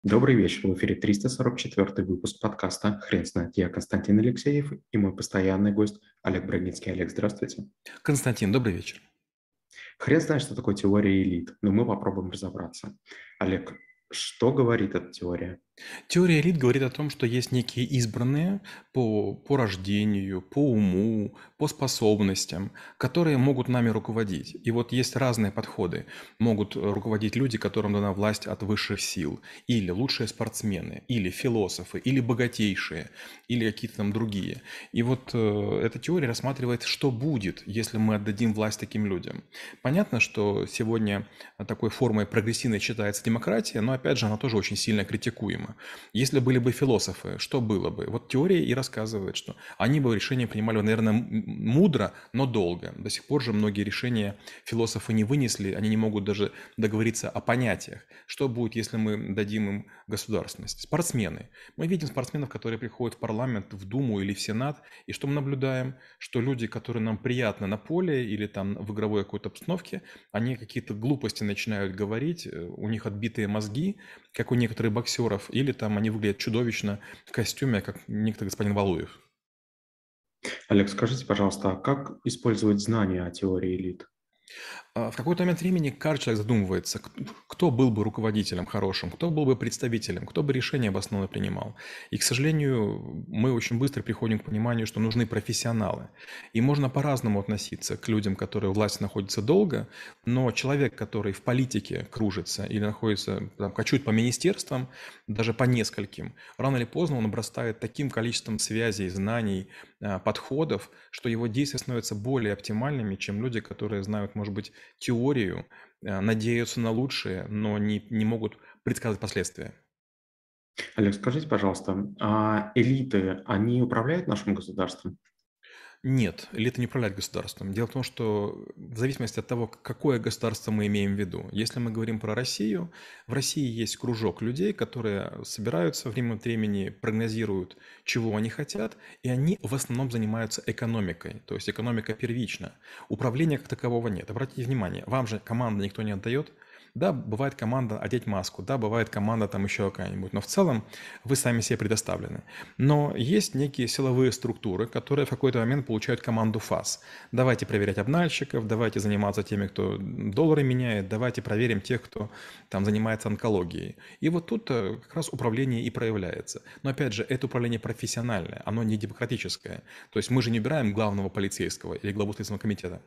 Добрый вечер. В эфире 344 выпуск подкаста «Хрен знает». Я Константин Алексеев и мой постоянный гость Олег Брагинский. Олег, здравствуйте. Константин, добрый вечер. Хрен знает, что такое теория элит, но мы попробуем разобраться. Олег, что говорит эта теория? Теория элит говорит о том, что есть некие избранные по рождению, по уму, по способностям, которые могут нами руководить. И вот есть разные подходы. Могут руководить люди, которым дана власть от высших сил, или лучшие спортсмены, или философы, или богатейшие, или какие-то там другие. И вот эта теория рассматривает, что будет, если мы отдадим власть таким людям. Понятно, что сегодня такой формой прогрессивной считается демократия, но опять же она тоже очень сильно критикуема. Если были бы философы, что было бы? Вот теория и рассказывает, что они бы решения принимали, наверное, мудро, но долго. До сих пор же многие решения философы не вынесли, они не могут даже договориться о понятиях. Что будет, если мы дадим им государственность? Спортсмены. Мы видим спортсменов, которые приходят в парламент, в Думу или в Сенат, и что мы наблюдаем? Что люди, которые нам приятны на поле или там в игровой какой-то обстановке, они какие-то глупости начинают говорить, у них отбитые мозги, как у некоторых боксеров, или там они выглядят чудовищно в костюме, как некто господин Валуев. Олег, скажите, пожалуйста, а как использовать знания о теории элит? В какой-то момент времени каждый человек задумывается, кто был бы руководителем хорошим, кто был бы представителем, кто бы решение обоснованно принимал. И, к сожалению, мы очень быстро приходим к пониманию, что нужны профессионалы. И можно по-разному относиться к людям, которые у власти находятся долго, но человек, который в политике кружится или находится, там, кочует по министерствам, даже по нескольким, рано или поздно он обрастает таким количеством связей, знаний, подходов, что его действия становятся более оптимальными, чем люди, которые знают, может быть, теорию, надеются на лучшее, но не могут предсказать последствия. Олег, скажите, пожалуйста, а элиты, они управляют нашим государством? Нет, элита не управляет государством. Дело в том, что в зависимости от того, какое государство мы имеем в виду. Если мы говорим про Россию, в России есть кружок людей, которые собираются время от времени, прогнозируют, чего они хотят, и они в основном занимаются экономикой. То есть экономика первична. Управления как такового нет. Обратите внимание, вам же команда никто не отдает. Да, бывает команда одеть маску, да, бывает команда там еще какая-нибудь, но в целом вы сами себе предоставлены. Но есть некие силовые структуры, которые в какой-то момент получают команду ФАС. Давайте проверять обнальщиков, давайте заниматься теми, кто доллары меняет, давайте проверим тех, кто там занимается онкологией. И вот тут как раз управление и проявляется. Но опять же, это управление профессиональное, оно не демократическое. То есть мы же не убираем главного полицейского или главу Следственного комитета.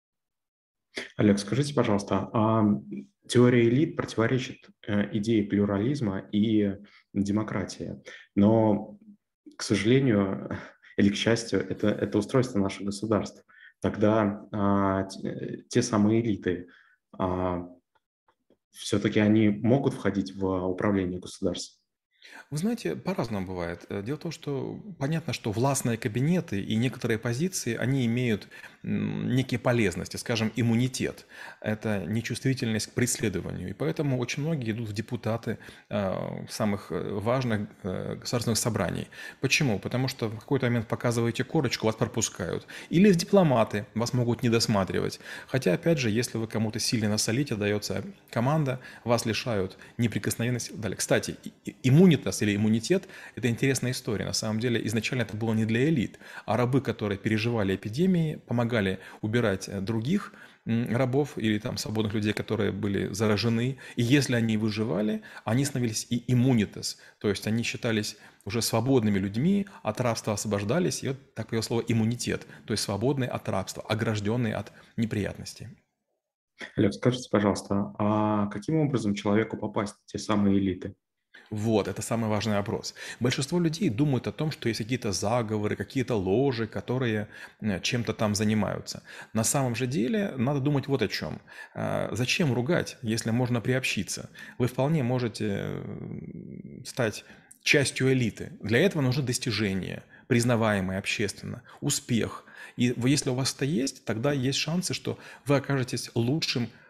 Олег, скажите, пожалуйста, а теория элит противоречит идее плюрализма и демократии, но, к сожалению, или к счастью, это устройство наших государств. Тогда те самые элиты, все-таки они могут входить в управление государством. Вы знаете, по-разному бывает. Дело в том, что понятно, что властные кабинеты и некоторые позиции, они имеют некие полезности, скажем, иммунитет. Это нечувствительность к преследованию. И поэтому очень многие идут в депутаты самых важных государственных собраний. Почему? Потому что в какой-то момент показываете корочку, вас пропускают. Или в дипломаты, вас могут не досматривать. Хотя, опять же, если вы кому-то сильно насолите, дается команда, вас лишают неприкосновенности. Далее. Кстати, иммунитас или иммунитет – это интересная история. На самом деле, изначально это было не для элит, а рабы, которые переживали эпидемии, помогали убирать других рабов или там свободных людей, которые были заражены. И если они выживали, они становились и иммунитас, то есть они считались уже свободными людьми, от рабства освобождались, и вот так появилось слово иммунитет, то есть свободный от рабства, огражденный от неприятностей. Олег, скажите, пожалуйста, а каким образом человеку попасть в те самые элиты? Вот, это самый важный вопрос. Большинство людей думают о том, что есть какие-то заговоры, какие-то ложи, которые чем-то там занимаются. На самом же деле надо думать вот о чем. Зачем ругать, если можно приобщиться? Вы вполне можете стать частью элиты. Для этого нужны достижения, признаваемые общественно, успех. И если у вас это есть, тогда есть шансы, что вы окажетесь лучшим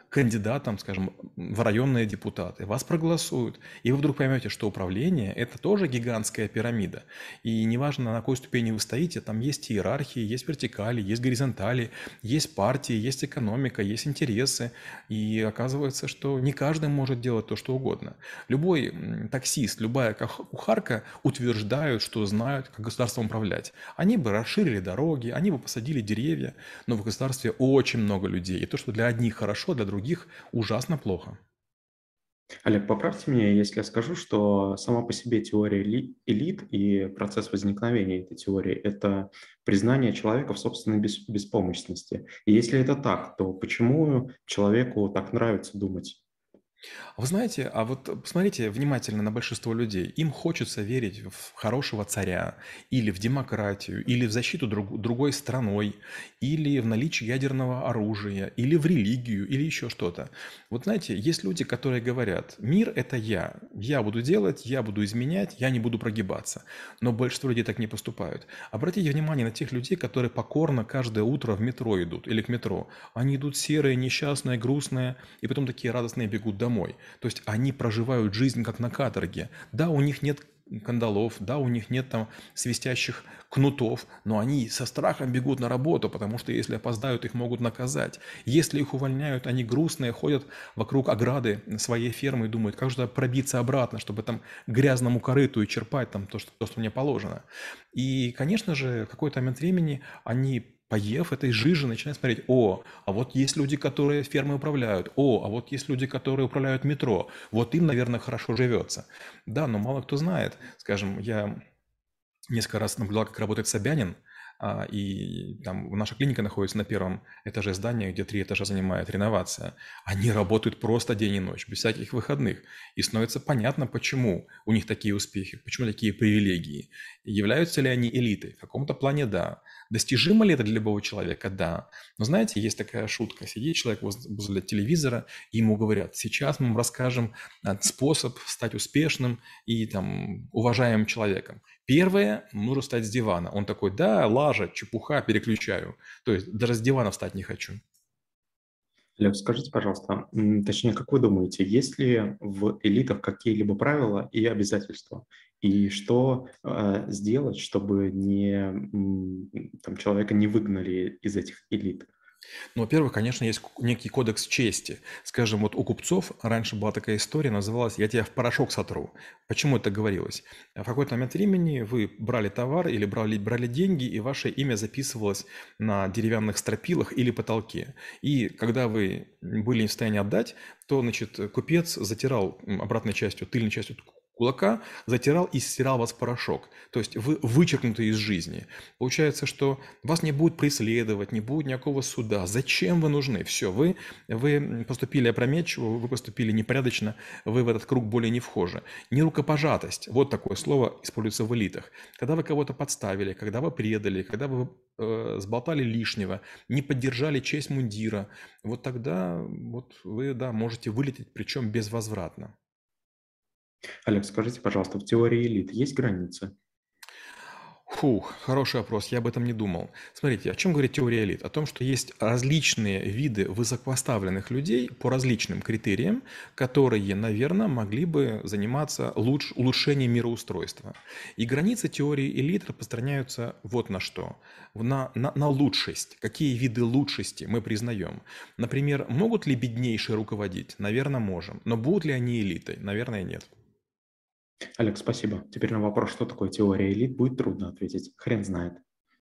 кандидатом, скажем, в районные депутаты, вас проголосуют, и вы вдруг поймете, что управление – это тоже гигантская пирамида. И неважно, на какой ступени вы стоите, там есть иерархии, есть вертикали, есть горизонтали, есть партии, есть экономика, есть интересы. И оказывается, что не каждый может делать то, что угодно. Любой таксист, любая кухарка утверждают, что знают, как государством управлять. Они бы расширили дороги, они бы посадили деревья, но в государстве очень много людей. И то, что для одних хорошо, для других ужасно плохо. Олег, поправьте меня, если я скажу, что сама по себе теория элит и процесс возникновения этой теории – это признание человека в собственной беспомощности. И если это так, то почему человеку так нравится думать? Вы знаете, а вот посмотрите внимательно на большинство людей. Им хочется верить в хорошего царя, или в демократию, или в защиту другой страной, или в наличие ядерного оружия, или в религию, или еще что-то. Вот знаете, есть люди, которые говорят, мир – это я буду делать, я буду изменять, я не буду прогибаться. Но большинство людей так не поступают. Обратите внимание на тех людей, которые покорно каждое утро в метро идут или к метро. Они идут серые, несчастные, грустные, и потом такие радостные бегут домой. То есть они проживают жизнь как на каторге. Да, у них нет кандалов, да, у них нет там свистящих кнутов, но они со страхом бегут на работу, потому что если опоздают, их могут наказать. Если их увольняют, они грустные, ходят вокруг ограды своей фермы и думают, как же туда пробиться обратно, чтобы там грязному корыту и черпать там то, что мне положено. И, конечно же, в какой-то момент времени они поев этой жижи, начинают смотреть, а вот есть люди, которые фермой управляют, а вот есть люди, которые управляют метро, вот им, наверное, хорошо живется. Да, но мало кто знает. Скажем, я несколько раз наблюдал, как работает Собянин, и там наша клиника находится на первом этаже здания, где 3 этажа занимает реновация. Они работают просто день и ночь, без всяких выходных. И становится понятно, почему у них такие успехи, почему такие привилегии. Являются ли они элитой? В каком-то плане да. Достижимо ли это для любого человека? Да. Но знаете, есть такая шутка. Сидит человек возле телевизора, и ему говорят, сейчас мы вам расскажем способ стать успешным и там уважаемым человеком. Первое, нужно встать с дивана. Он такой, да, лажа, чепуха, переключаю. То есть даже с дивана встать не хочу. Олег, скажите, пожалуйста, точнее, как вы думаете, есть ли в элитах какие-либо правила и обязательства? И что сделать, чтобы там, человека не выгнали из этих элит? Ну, во-первых, конечно, есть некий кодекс чести. Скажем, вот у купцов раньше была такая история, называлась «я тебя в порошок сотру». Почему это говорилось? В какой-то момент времени вы брали товар или брали деньги, и ваше имя записывалось на деревянных стропилах или потолке. И когда вы были не в состоянии отдать, то, значит, купец затирал обратной частью, тыльной частью кулака, затирал и стирал вас в порошок. То есть вы вычеркнуты из жизни. Получается, что вас не будут преследовать, не будет никакого суда. Зачем вы нужны? Все, вы поступили опрометчиво, вы поступили непорядочно, вы в этот круг более не вхожи. Нерукопожатость, вот такое слово используется в элитах. Когда вы кого-то подставили, когда вы предали, когда вы сболтали лишнего, не поддержали честь мундира, вот тогда вот вы, да, можете вылететь, причем безвозвратно. Олег, скажите, пожалуйста, в теории элит есть границы? Фух, хороший вопрос, я об этом не думал. Смотрите, о чем говорит теория элит? О том, что есть различные виды высокопоставленных людей по различным критериям, которые, наверное, могли бы заниматься улучшением мироустройства. И границы теории элит распространяются вот на что. На лучшесть. Какие виды лучшести мы признаем? Например, могут ли беднейшие руководить? Наверное, можем. Но будут ли они элитой? Наверное, нет. Олег, спасибо. Теперь на вопрос, что такое теория элит, будет трудно ответить. Хрен знает.